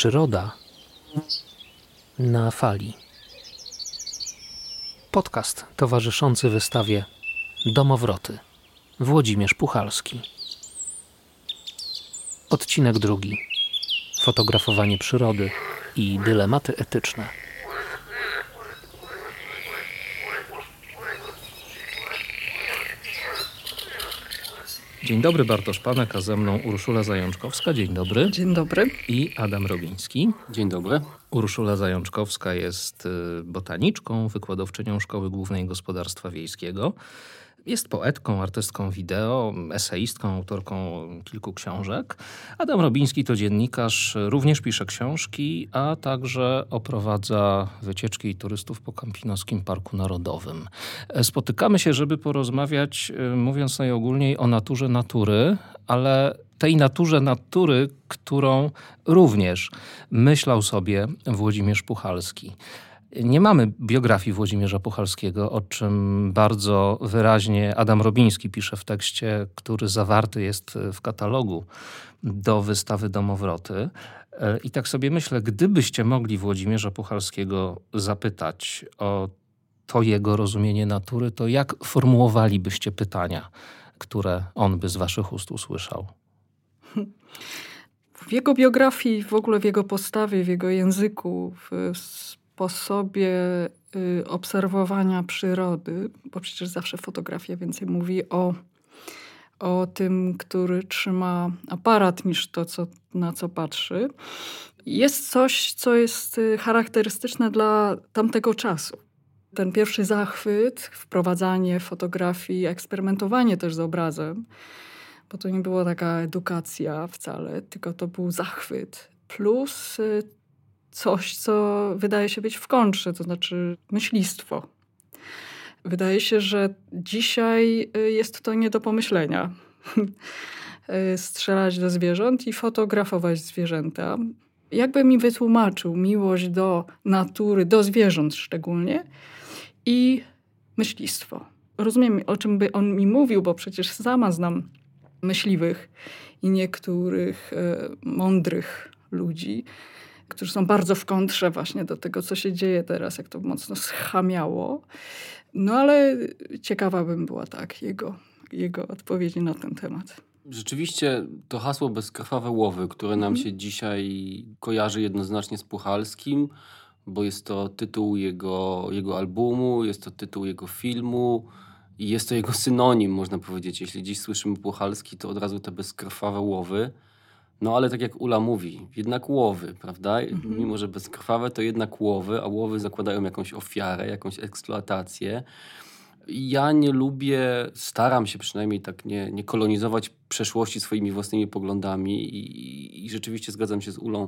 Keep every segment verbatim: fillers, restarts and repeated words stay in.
Przyroda na fali. Podcast towarzyszący wystawie Domowroty. Włodzimierz Puchalski. Odcinek drugi. Fotografowanie przyrody i dylematy etyczne. Dzień dobry, Bartosz Panek, a ze mną Urszula Zajączkowska. Dzień dobry. Dzień dobry. I Adam Robiński. Dzień dobry. Urszula Zajączkowska jest botaniczką, wykładowczynią Szkoły Głównej Gospodarstwa Wiejskiego. Jest poetką, artystką wideo, eseistką, autorką kilku książek. Adam Robiński to dziennikarz, również pisze książki, a także oprowadza wycieczki turystów po Kampinoskim Parku Narodowym. Spotykamy się, żeby porozmawiać, mówiąc najogólniej, o naturze natury, ale tej naturze natury, którą również myślał sobie Włodzimierz Puchalski. Nie mamy biografii Włodzimierza Puchalskiego, o czym bardzo wyraźnie Adam Robiński pisze w tekście, który zawarty jest w katalogu do wystawy Domowroty. I tak sobie myślę, gdybyście mogli Włodzimierza Puchalskiego zapytać o to jego rozumienie natury, to jak formułowalibyście pytania, które on by z waszych ust usłyszał? W jego biografii, w ogóle w jego postawie, w jego języku, w sposobie y, obserwowania przyrody, bo przecież zawsze fotografia więcej mówi o, o tym, który trzyma aparat, niż to, co, na co patrzy. Jest coś, co jest charakterystyczne dla tamtego czasu. Ten pierwszy zachwyt, wprowadzanie fotografii, eksperymentowanie też z obrazem, bo to nie była taka edukacja wcale, tylko to był zachwyt. Plus y, coś, co wydaje się być w kontrze, to znaczy myślistwo. Wydaje się, że dzisiaj jest to nie do pomyślenia. Strzelać do zwierząt i fotografować zwierzęta. Jakby mi wytłumaczył miłość do natury, do zwierząt szczególnie i myślistwo. Rozumiem, o czym by on mi mówił, bo przecież sama znam myśliwych i niektórych e, mądrych ludzi, którzy są bardzo w kontrze właśnie do tego, co się dzieje teraz, jak to mocno schamiało. No ale ciekawa bym była tak jego, jego odpowiedzi na ten temat. Rzeczywiście to hasło bezkrwawe łowy, które nam się dzisiaj kojarzy jednoznacznie z Puchalskim, bo jest to tytuł jego, jego albumu, jest to tytuł jego filmu i jest to jego synonim, można powiedzieć. Jeśli dziś słyszymy Puchalski, to od razu te bezkrwawe łowy. No ale tak jak Ula mówi, jednak łowy, prawda? Mhm. Mimo, że bezkrwawe, to jednak łowy, a łowy zakładają jakąś ofiarę, jakąś eksploatację. Ja nie lubię, staram się przynajmniej tak nie, nie kolonizować przeszłości swoimi własnymi poglądami i, i rzeczywiście zgadzam się z Ulą,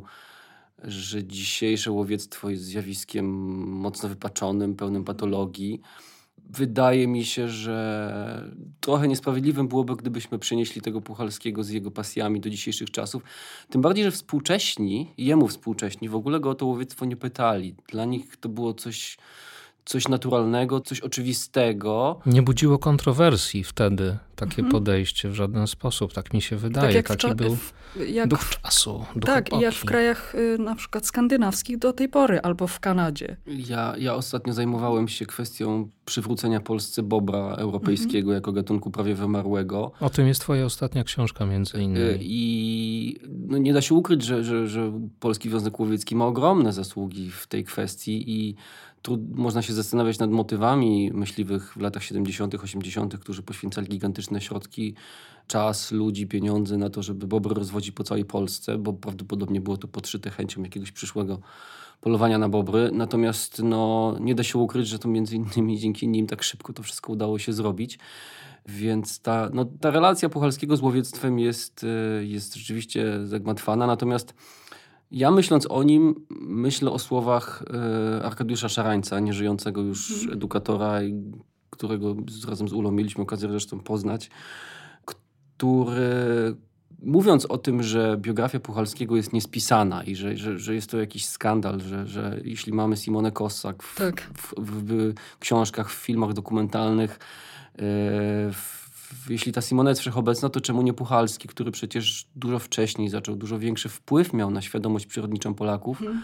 że dzisiejsze łowiectwo jest zjawiskiem mocno wypaczonym, pełnym patologii. Wydaje mi się, że trochę niesprawiedliwym byłoby, gdybyśmy przenieśli tego Puchalskiego z jego pasjami do dzisiejszych czasów. Tym bardziej, że współcześni, jemu współcześni, w ogóle go o to łowiectwo nie pytali. Dla nich to było coś, coś naturalnego, coś oczywistego. Nie budziło kontrowersji wtedy takie mhm. podejście w żaden sposób. Tak mi się wydaje. Tak jak Taki w, był w, jak, duch czasu, duch Tak, epoki. i jak w krajach y, na przykład skandynawskich do tej pory, albo w Kanadzie. Ja, ja ostatnio zajmowałem się kwestią przywrócenia Polsce bobra europejskiego mhm. jako gatunku prawie wymarłego. O tym jest twoja ostatnia książka między innymi. I no, nie da się ukryć, że, że, że Polski Związek Łowiecki ma ogromne zasługi w tej kwestii i tu można się zastanawiać nad motywami myśliwych w latach siedemdziesiątych, osiemdziesiątych, którzy poświęcali gigantyczne środki, czas, ludzi, pieniądze na to, żeby bobry rozwodzić po całej Polsce, bo prawdopodobnie było to podszyte chęcią jakiegoś przyszłego polowania na bobry. Natomiast no, nie da się ukryć, że to między innymi dzięki nim tak szybko to wszystko udało się zrobić. Więc ta, no, ta relacja Puchalskiego z łowiectwem jest, jest rzeczywiście zagmatwana. Natomiast ja myśląc o nim, myślę o słowach y, Arkadiusza Szarańca, nieżyjącego już mm. edukatora, którego razem z Ulą mieliśmy okazję zresztą poznać, który mówiąc o tym, że biografia Puchalskiego jest niespisana i że, że, że jest to jakiś skandal, że, że jeśli mamy Simonę Kossak w, tak. w, w, w książkach, w filmach dokumentalnych, y, w jeśli ta Simona jest wszechobecna, to czemu nie Puchalski, który przecież dużo wcześniej zaczął, dużo większy wpływ miał na świadomość przyrodniczą Polaków. Hmm.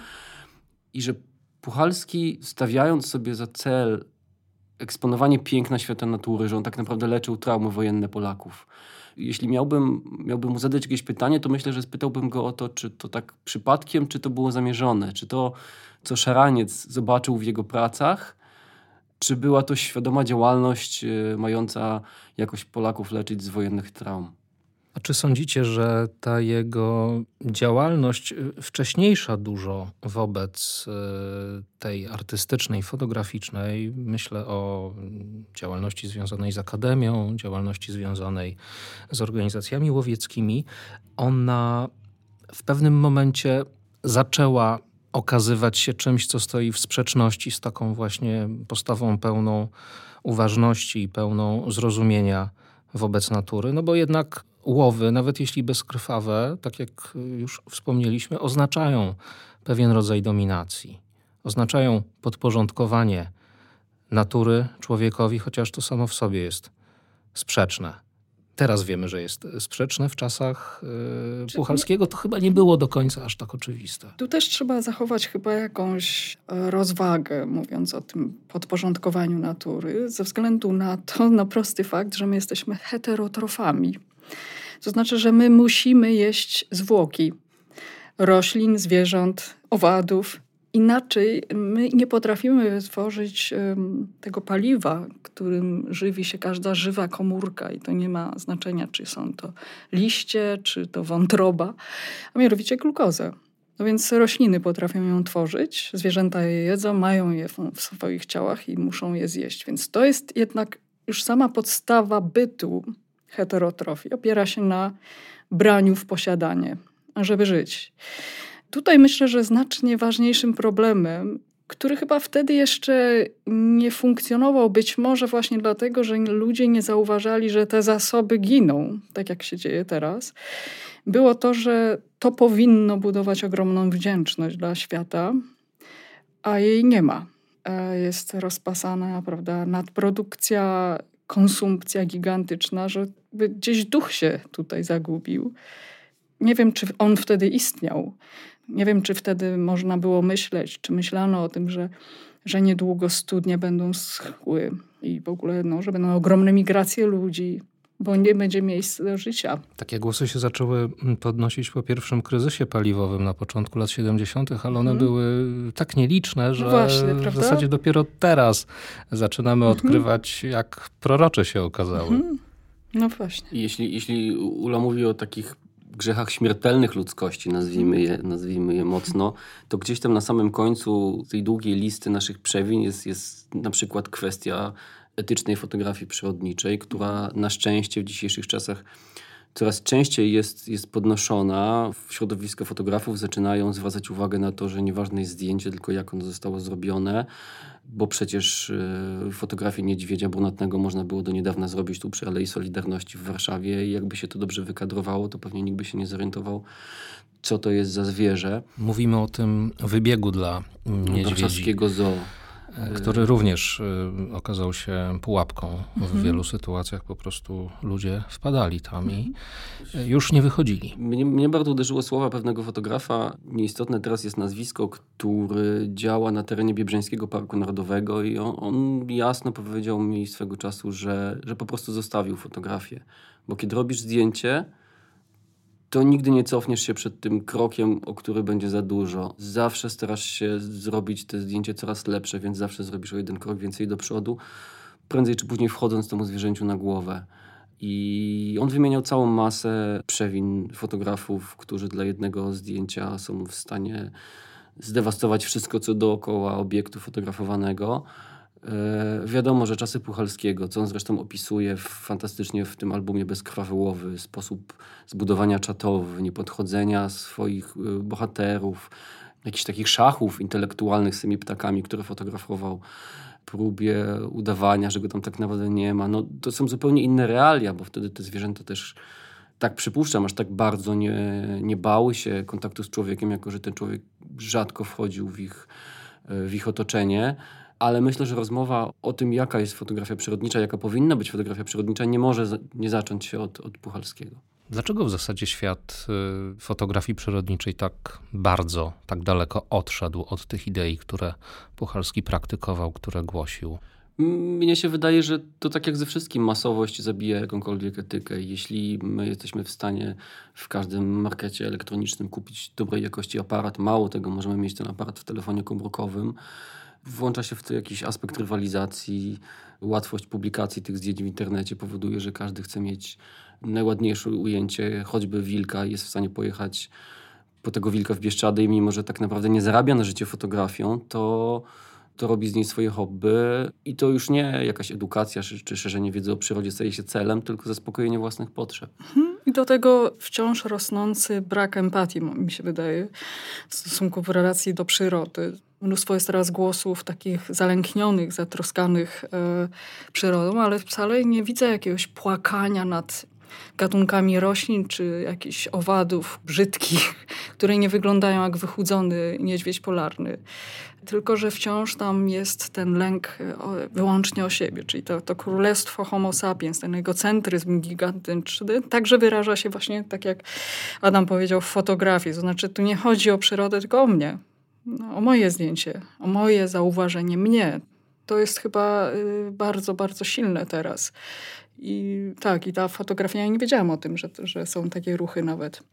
I że Puchalski, stawiając sobie za cel eksponowanie piękna świata natury, że on tak naprawdę leczył traumy wojenne Polaków. Jeśli miałbym, miałbym mu zadać jakieś pytanie, to myślę, że spytałbym go o to, czy to tak przypadkiem, czy to było zamierzone, czy to, co Szaraniec zobaczył w jego pracach, czy była to świadoma działalność y, mająca jakoś Polaków leczyć z wojennych traum. A czy sądzicie, że ta jego działalność wcześniejsza dużo wobec tej artystycznej, fotograficznej, myślę o działalności związanej z akademią, działalności związanej z organizacjami łowieckimi, ona w pewnym momencie zaczęła okazywać się czymś, co stoi w sprzeczności z taką właśnie postawą pełną uważności i pełną zrozumienia wobec natury? No bo jednak łowy, nawet jeśli bezkrwawe, tak jak już wspomnieliśmy, oznaczają pewien rodzaj dominacji. Oznaczają podporządkowanie natury człowiekowi, chociaż to samo w sobie jest sprzeczne. Teraz wiemy, że jest sprzeczne. W czasach yy, Puchalskiego to chyba nie było do końca aż tak oczywiste. Tu też trzeba zachować chyba jakąś rozwagę, mówiąc o tym podporządkowaniu natury, ze względu na to, na prosty fakt, że my jesteśmy heterotrofami. To znaczy, że my musimy jeść zwłoki roślin, zwierząt, owadów. Inaczej my nie potrafimy wytworzyć um, tego paliwa, którym żywi się każda żywa komórka i to nie ma znaczenia, czy są to liście, czy to wątroba, a mianowicie glukozę. No więc rośliny potrafią ją tworzyć, zwierzęta je jedzą, mają je w, w swoich ciałach i muszą je zjeść. Więc to jest jednak już sama podstawa bytu heterotrofii. Opiera się na braniu w posiadanie, żeby żyć. Tutaj myślę, że znacznie ważniejszym problemem, który chyba wtedy jeszcze nie funkcjonował, być może właśnie dlatego, że ludzie nie zauważali, że te zasoby giną, tak jak się dzieje teraz, było to, że to powinno budować ogromną wdzięczność dla świata, a jej nie ma. Jest rozpasana, prawda, nadprodukcja, konsumpcja gigantyczna, że gdzieś duch się tutaj zagubił. Nie wiem, czy on wtedy istniał. Nie wiem, czy wtedy można było myśleć, czy myślano o tym, że, że niedługo studnie będą schły i w ogóle, no, że będą ogromne migracje ludzi, bo nie będzie miejsca do życia. Takie głosy się zaczęły podnosić po pierwszym kryzysie paliwowym na początku lat siedemdziesiątych, ale one hmm. były tak nieliczne, że no właśnie, w zasadzie dopiero teraz zaczynamy hmm. odkrywać, jak prorocze się okazały. Hmm. No właśnie. Jeśli, jeśli Ula mówi o takich grzechach śmiertelnych ludzkości, nazwijmy je, nazwijmy je mocno, to gdzieś tam na samym końcu tej długiej listy naszych przewin jest, jest na przykład kwestia etycznej fotografii przyrodniczej, która na szczęście w dzisiejszych czasach coraz częściej jest, jest podnoszona. W środowisko fotografów zaczynają zwracać uwagę na to, że nieważne jest zdjęcie, tylko jak ono zostało zrobione, bo przecież y, fotografię niedźwiedzia brunatnego można było do niedawna zrobić tu przy Alei Solidarności w Warszawie i jakby się to dobrze wykadrowało, to pewnie nikt by się nie zorientował, co to jest za zwierzę. Mówimy o tym wybiegu dla niedźwiedzi. Warszawskiego zoo. Który również y, okazał się pułapką. W mhm. wielu sytuacjach po prostu ludzie wpadali tam i y, już nie wychodzili. Mnie, mnie bardzo uderzyło słowa pewnego fotografa. Nieistotne teraz jest nazwisko, który działa na terenie Biebrzańskiego Parku Narodowego i on, on jasno powiedział mi swego czasu, że, że po prostu zostawił fotografię. Bo kiedy robisz zdjęcie, to nigdy nie cofniesz się przed tym krokiem, o który będzie za dużo. Zawsze starasz się zrobić te zdjęcie coraz lepsze, więc zawsze zrobisz o jeden krok więcej do przodu, prędzej czy później wchodząc temu zwierzęciu na głowę. I on wymieniał całą masę przewin fotografów, którzy dla jednego zdjęcia są w stanie zdewastować wszystko, co dookoła obiektu fotografowanego. E, wiadomo, że czasy Puchalskiego, co on zresztą opisuje w, fantastycznie w tym albumie Bezkrwawe łowy, sposób zbudowania czatowy, niepodchodzenia swoich y, bohaterów, jakichś takich szachów intelektualnych z tymi ptakami, które fotografował, próbie udawania, że go tam tak naprawdę nie ma. No, to są zupełnie inne realia, bo wtedy te zwierzęta też, tak przypuszczam, aż tak bardzo nie, nie bały się kontaktu z człowiekiem, jako że ten człowiek rzadko wchodził w ich, w ich otoczenie. Ale myślę, że rozmowa o tym, jaka jest fotografia przyrodnicza, jaka powinna być fotografia przyrodnicza, nie może za, nie zacząć się od, od Puchalskiego. Dlaczego w zasadzie świat y, fotografii przyrodniczej tak bardzo, tak daleko odszedł od tych idei, które Puchalski praktykował, które głosił? Mnie się wydaje, że to tak jak ze wszystkim, masowość zabija jakąkolwiek etykę. Jeśli my jesteśmy w stanie w każdym markecie elektronicznym kupić dobrej jakości aparat, mało tego, możemy mieć ten aparat w telefonie komórkowym, włącza się w to jakiś aspekt rywalizacji, łatwość publikacji tych zdjęć w internecie powoduje, że każdy chce mieć najładniejsze ujęcie, choćby wilka, jest w stanie pojechać po tego wilka w Bieszczady i mimo, że tak naprawdę nie zarabia na życie fotografią, to to robi z niej swoje hobby i to już nie jakaś edukacja czy, czy szerzenie wiedzy o przyrodzie staje się celem, tylko zaspokojenie własnych potrzeb. I do tego wciąż rosnący brak empatii, mi się wydaje, w stosunku w relacji do przyrody. Mnóstwo jest teraz głosów takich zalęknionych, zatroskanych e, przyrodą, ale wcale nie widzę jakiegoś płakania nad gatunkami roślin czy jakichś owadów brzydkich, które nie wyglądają jak wychudzony niedźwiedź polarny. Tylko że wciąż tam jest ten lęk wyłącznie o siebie, czyli to, to królestwo homo sapiens, ten egocentryzm gigantyczny, także wyraża się właśnie, tak jak Adam powiedział, w fotografii. To znaczy tu nie chodzi o przyrodę, tylko o mnie, no, o moje zdjęcie, o moje zauważenie mnie. To jest chyba y, bardzo, bardzo silne teraz. I tak, i ta fotografia, ja nie wiedziałam o tym, że, że są takie ruchy nawet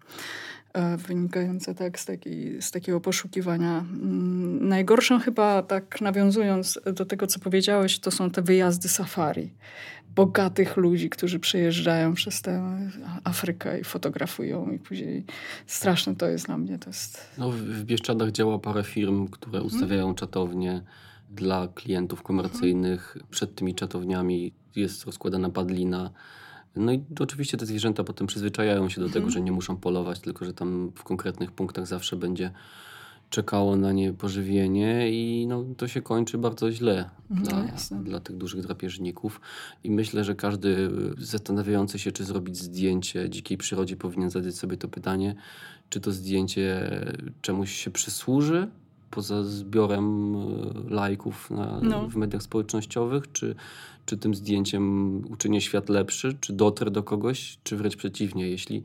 e, wynikające tak z, takiej, z takiego poszukiwania. Mm, najgorszą chyba, tak nawiązując do tego, co powiedziałeś, to są te wyjazdy safari. Bogatych ludzi, którzy przejeżdżają przez tę Afrykę i fotografują i później straszne to jest dla mnie. To jest... No, w, w Bieszczadach działa parę firm, które ustawiają hmm. czatownie dla klientów komercyjnych. Przed tymi czatowniami jest rozkładana padlina. No i oczywiście te zwierzęta potem przyzwyczajają się do tego, że nie muszą polować, tylko że tam w konkretnych punktach zawsze będzie czekało na nie pożywienie i no, to się kończy bardzo źle no, dla, dla tych dużych drapieżników. I myślę, że każdy zastanawiający się, czy zrobić zdjęcie dzikiej przyrodzie, powinien zadać sobie to pytanie, czy to zdjęcie czemuś się przysłuży, poza zbiorem lajków na, no. w mediach społecznościowych, czy, czy tym zdjęciem uczynię świat lepszy, czy dotrę do kogoś, czy wręcz przeciwnie. Jeśli,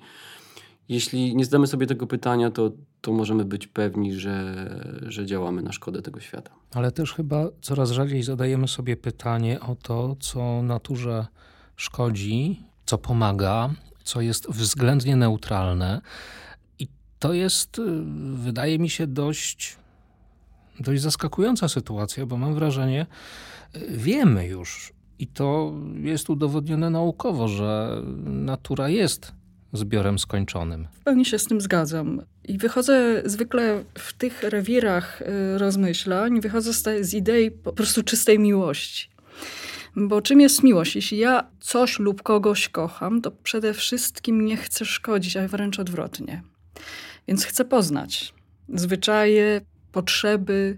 jeśli nie zdamy sobie tego pytania, to, to możemy być pewni, że, że działamy na szkodę tego świata. Ale też chyba coraz rzadziej zadajemy sobie pytanie o to, co naturze szkodzi, co pomaga, co jest względnie neutralne. I to jest, wydaje mi się, dość... dość zaskakująca sytuacja, bo mam wrażenie, wiemy już i to jest udowodnione naukowo, że natura jest zbiorem skończonym. W pełni się z tym zgadzam. I wychodzę zwykle w tych rewirach rozmyślań, wychodzę z, z idei po prostu czystej miłości. Bo czym jest miłość? Jeśli ja coś lub kogoś kocham, to przede wszystkim nie chcę szkodzić, a wręcz odwrotnie. Więc chcę poznać zwyczaje, potrzeby.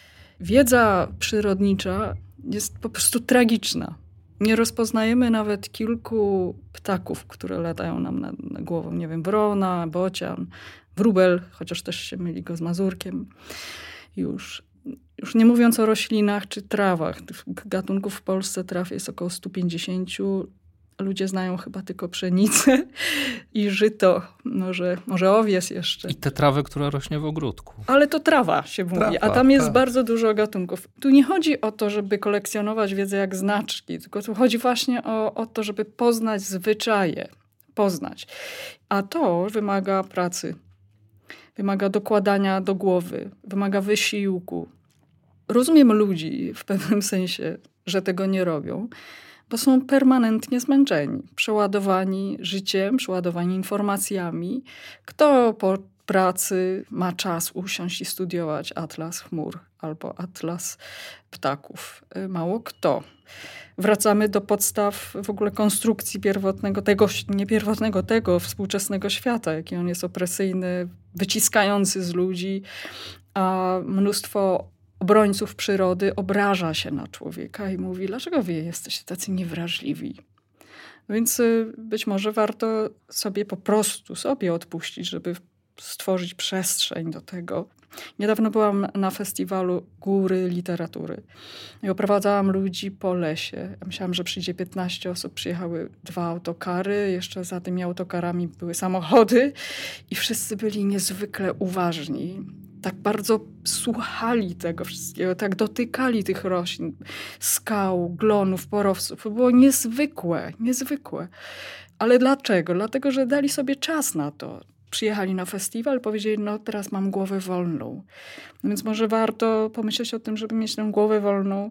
Wiedza przyrodnicza jest po prostu tragiczna. Nie rozpoznajemy nawet kilku ptaków, które latają nam nad, nad głową. Nie wiem, wrona, bocian, wróbel, chociaż też się myli go z mazurkiem. Już. Już nie mówiąc o roślinach czy trawach. Gatunków w Polsce traw jest około sto pięćdziesiąt. Ludzie znają chyba tylko pszenicę i żyto, może, może owies jeszcze. I te trawy, które rośnie w ogródku. Ale to trawa się mówi, trawa, a tam jest tak. bardzo dużo gatunków. Tu nie chodzi o to, żeby kolekcjonować wiedzę jak znaczki, tylko tu chodzi właśnie o, o to, żeby poznać zwyczaje. Poznać. A to wymaga pracy. Wymaga dokładania do głowy. Wymaga wysiłku. Rozumiem ludzi w pewnym sensie, że tego nie robią, bo są permanentnie zmęczeni, przeładowani życiem, przeładowani informacjami. Kto po pracy ma czas usiąść i studiować atlas chmur albo atlas ptaków? Mało kto. Wracamy do podstaw w ogóle konstrukcji pierwotnego, tego, nie pierwotnego, tego współczesnego świata, jaki on jest opresyjny, wyciskający z ludzi, a mnóstwo obrońców przyrody obraża się na człowieka i mówi, dlaczego wy jesteście tacy niewrażliwi? Więc być może warto sobie po prostu sobie odpuścić, żeby stworzyć przestrzeń do tego, Niedawno byłam na festiwalu Góry Literatury i oprowadzałam ludzi po lesie. Ja myślałam, że przyjdzie piętnaście osób, przyjechały dwa autokary, jeszcze za tymi autokarami były samochody i wszyscy byli niezwykle uważni. Tak bardzo słuchali tego wszystkiego, tak dotykali tych roślin, skał, glonów, porowców. To było niezwykłe, niezwykłe. Ale dlaczego? Dlatego, że dali sobie czas na to. Przyjechali na festiwal, powiedzieli, no teraz mam głowę wolną. No więc może warto pomyśleć o tym, żeby mieć tę głowę wolną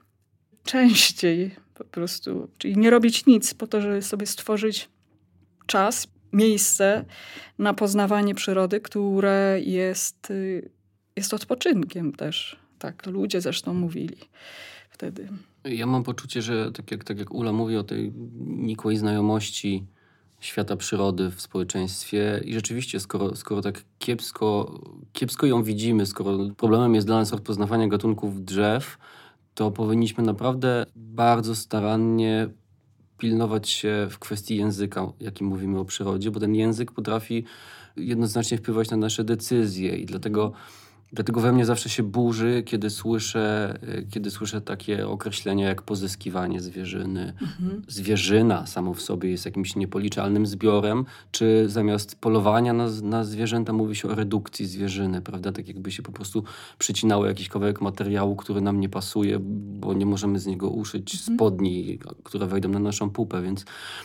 częściej po prostu. Czyli nie robić nic po to, żeby sobie stworzyć czas, miejsce na poznawanie przyrody, które jest, jest odpoczynkiem też. Tak, ludzie zresztą mówili wtedy. Ja mam poczucie, że tak jak, tak jak Ula mówi o tej nikłej znajomości świata przyrody w społeczeństwie i rzeczywiście, skoro, skoro tak kiepsko, kiepsko ją widzimy, skoro problemem jest dla nas rozpoznawanie gatunków drzew, to powinniśmy naprawdę bardzo starannie pilnować się w kwestii języka, jakim mówimy o przyrodzie, bo ten język potrafi jednoznacznie wpływać na nasze decyzje i dlatego Dlatego we mnie zawsze się burzy, kiedy słyszę, kiedy słyszę takie określenia jak pozyskiwanie zwierzyny. Mhm. Zwierzyna samo w sobie jest jakimś niepoliczalnym zbiorem, czy zamiast polowania na, na zwierzęta mówi się o redukcji zwierzyny, prawda? Tak jakby się po prostu przycinało jakiś kawałek materiału, który nam nie pasuje, bo nie możemy z niego uszyć mhm. spodni, które wejdą na naszą pupę, więc...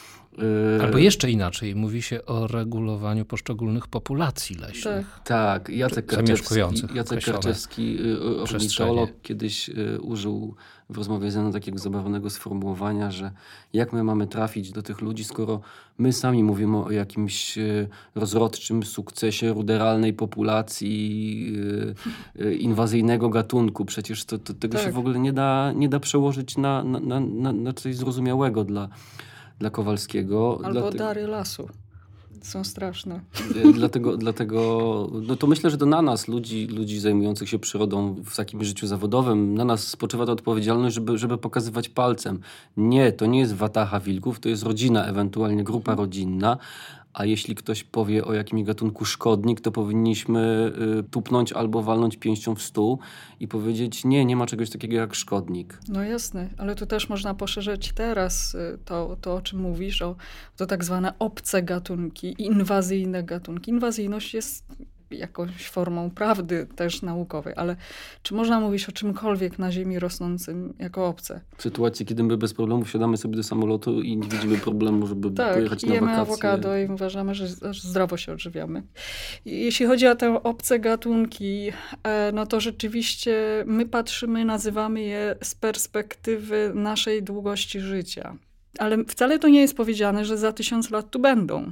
Albo jeszcze inaczej, mówi się o regulowaniu poszczególnych populacji leśnych. Tak, tak. Jacek Karczewski, Jacek Karczewski ornitolog, kiedyś y, użył w rozmowie ze mną takiego zabawnego sformułowania, że jak my mamy trafić do tych ludzi, skoro my sami mówimy o jakimś y, rozrodczym sukcesie ruderalnej populacji y, y, inwazyjnego gatunku. Przecież to, to, tego tak. się w ogóle nie da, nie da przełożyć na, na, na, na, na coś zrozumiałego dla dla Kowalskiego. Albo dlatego, dary lasu. Są straszne. Dlatego, dlatego no to myślę, że to na nas, ludzi, ludzi zajmujących się przyrodą w takim życiu zawodowym, na nas spoczywa ta odpowiedzialność, żeby, żeby pokazywać palcem. Nie, to nie jest watacha wilków, to jest rodzina, ewentualnie grupa rodzinna. A jeśli ktoś powie o jakimś gatunku szkodnik, to powinniśmy y, tupnąć albo walnąć pięścią w stół i powiedzieć, nie, nie ma czegoś takiego jak szkodnik. No jasne, ale tu też można poszerzyć teraz to, to o czym mówisz, o to tak zwane obce gatunki, inwazyjne gatunki. Inwazyjność jest jakąś formą prawdy też naukowej, ale czy można mówić o czymkolwiek na ziemi rosnącym jako obce? W sytuacji, kiedy my bez problemu wsiadamy sobie do samolotu i nie widzimy problemu, żeby tak, pojechać na wakacje. Tak, jemy awokado i uważamy, że zdrowo się odżywiamy. Jeśli chodzi o te obce gatunki, no to rzeczywiście my patrzymy, nazywamy je z perspektywy naszej długości życia. Ale wcale to nie jest powiedziane, że za tysiąc lat tu będą.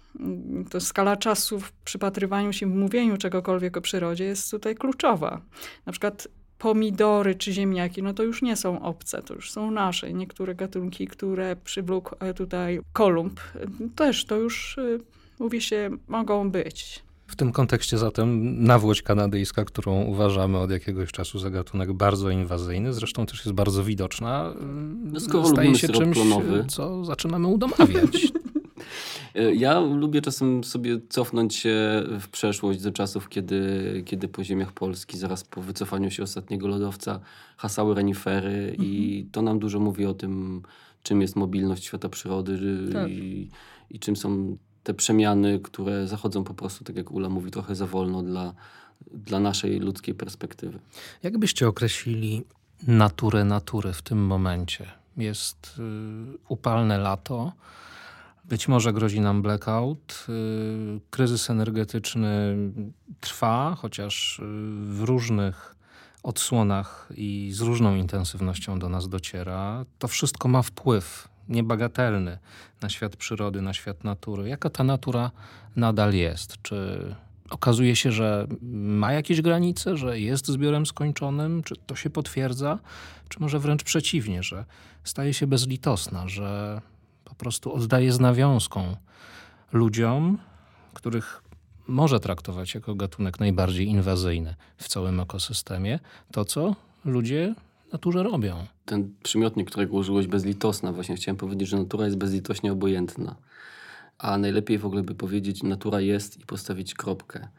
To skala czasu w przypatrywaniu się, w mówieniu czegokolwiek o przyrodzie jest tutaj kluczowa. Na przykład pomidory czy ziemniaki, no to już nie są obce, to już są nasze. Niektóre gatunki, które przywlókł tutaj Kolumb, też to już, mówi się, mogą być. W tym kontekście zatem nawłoć kanadyjska, którą uważamy od jakiegoś czasu za gatunek bardzo inwazyjny, zresztą też jest bardzo widoczna, no, staje się czymś, klonowy. co zaczynamy udomawiać. Ja lubię czasem sobie cofnąć się w przeszłość do czasów, kiedy, kiedy po ziemiach Polski, zaraz po wycofaniu się ostatniego lodowca, hasały renifery mhm. i to nam dużo mówi o tym, czym jest mobilność świata przyrody tak. i, i czym są te przemiany, które zachodzą po prostu, tak jak Ula mówi, trochę za wolno dla, dla naszej ludzkiej perspektywy. Jak byście określili naturę natury w tym momencie? Jest y, upalne lato, być może grozi nam blackout, y, kryzys energetyczny trwa, chociaż w różnych odsłonach i z różną intensywnością do nas dociera. To wszystko ma wpływ niebagatelny na świat przyrody, na świat natury. Jaka ta natura nadal jest? Czy okazuje się, że ma jakieś granice, że jest zbiorem skończonym? Czy to się potwierdza? Czy może wręcz przeciwnie, że staje się bezlitosna, że po prostu oddaje z nawiązką ludziom, których może traktować jako gatunek najbardziej inwazyjny w całym ekosystemie, to co ludzie naturze robią. Ten przymiotnik, którego użyłeś, bezlitosna, właśnie chciałem powiedzieć, że natura jest bezlitośnie obojętna. A najlepiej w ogóle by powiedzieć, natura jest i postawić kropkę.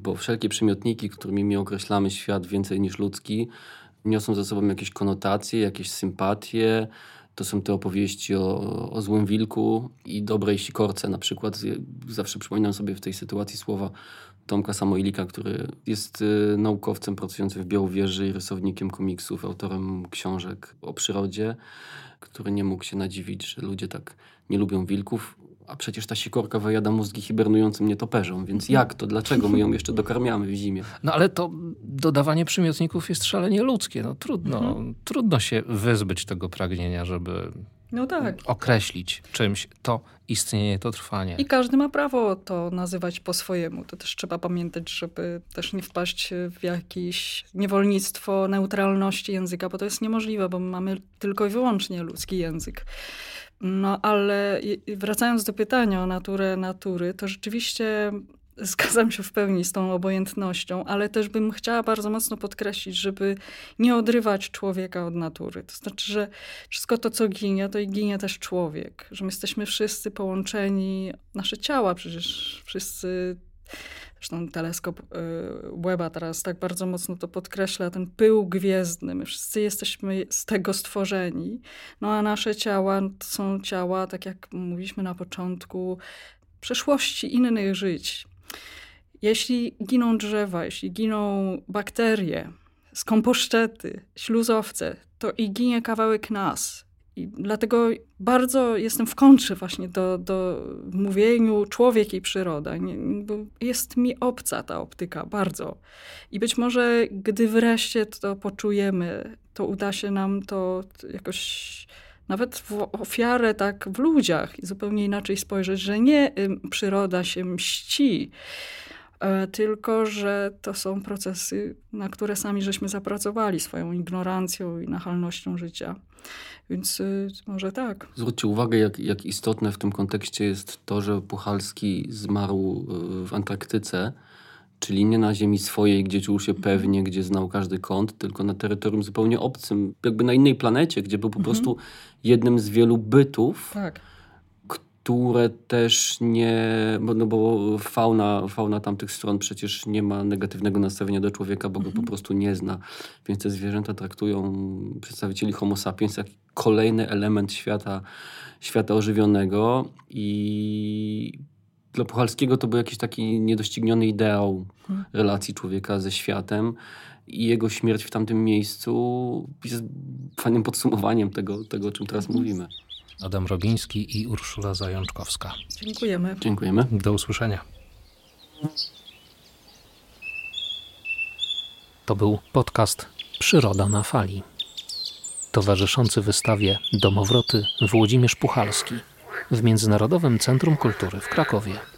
Bo wszelkie przymiotniki, którymi my określamy świat więcej niż ludzki, niosą ze sobą jakieś konotacje, jakieś sympatie. To są te opowieści o, o złym wilku i dobrej sikorce na przykład. Zawsze przypominam sobie w tej sytuacji słowa Tomka Samoilika, który jest y, naukowcem pracującym w Białowieży i rysownikiem komiksów, autorem książek o przyrodzie, który nie mógł się nadziwić, że ludzie tak nie lubią wilków, a przecież ta sikorka wyjada mózgi hibernującym nietoperzom, więc jak to? Dlaczego my ją jeszcze dokarmiamy w zimie? No ale to dodawanie przymiotników jest szalenie ludzkie. No trudno, mhm. trudno się wyzbyć tego pragnienia, żeby no tak. określić czymś to istnienie, to trwanie. I każdy ma prawo to nazywać po swojemu. To też trzeba pamiętać, żeby też nie wpaść w jakieś niewolnictwo neutralności języka, bo to jest niemożliwe, bo mamy tylko i wyłącznie ludzki język. No ale wracając do pytania o naturę natury, to rzeczywiście zgadzam się w pełni z tą obojętnością, ale też bym chciała bardzo mocno podkreślić, żeby nie odrywać człowieka od natury. To znaczy, że wszystko to, co ginie, to i ginie też człowiek. Że my jesteśmy wszyscy połączeni, nasze ciała przecież wszyscy... Zresztą teleskop Webba teraz tak bardzo mocno to podkreśla, ten pył gwiezdny. My wszyscy jesteśmy z tego stworzeni. No a nasze ciała to są ciała, tak jak mówiliśmy na początku, przeszłości innych żyć. Jeśli giną drzewa, jeśli giną bakterie, skomposzczety, śluzowce, to i ginie kawałek nas. I dlatego bardzo jestem w kontrze właśnie do, do mówieniu człowiek i przyroda. Nie, bo jest mi obca ta optyka, bardzo. I być może gdy wreszcie to poczujemy, to uda się nam to jakoś nawet w ofiarę tak w ludziach i zupełnie inaczej spojrzeć, że nie przyroda się mści, tylko że to są procesy, na które sami żeśmy zapracowali swoją ignorancją i nachalnością życia. Więc y, może tak. Zwróćcie uwagę, jak, jak istotne w tym kontekście jest to, że Puchalski zmarł w Antarktyce, czyli nie na ziemi swojej, gdzie czuł się pewnie, gdzie znał każdy kąt, tylko na terytorium zupełnie obcym, jakby na innej planecie, gdzie był po mhm. prostu jednym z wielu bytów, tak. które też nie... Bo, no bo fauna, fauna tamtych stron przecież nie ma negatywnego nastawienia do człowieka, bo mhm. go po prostu nie zna. Więc te zwierzęta traktują przedstawicieli homo sapiens jak kolejny element świata, świata ożywionego i dla Puchalskiego to był jakiś taki niedościgniony ideał mhm. relacji człowieka ze światem i jego śmierć w tamtym miejscu jest fajnym podsumowaniem tego, tego o czym teraz mhm. mówimy. Adam Robiński i Urszula Zajączkowska. Dziękujemy. Dziękujemy. Do usłyszenia. To był podcast Przyroda na fali. Towarzyszący wystawie Domowroty Włodzimierz Puchalski w Międzynarodowym Centrum Kultury w Krakowie.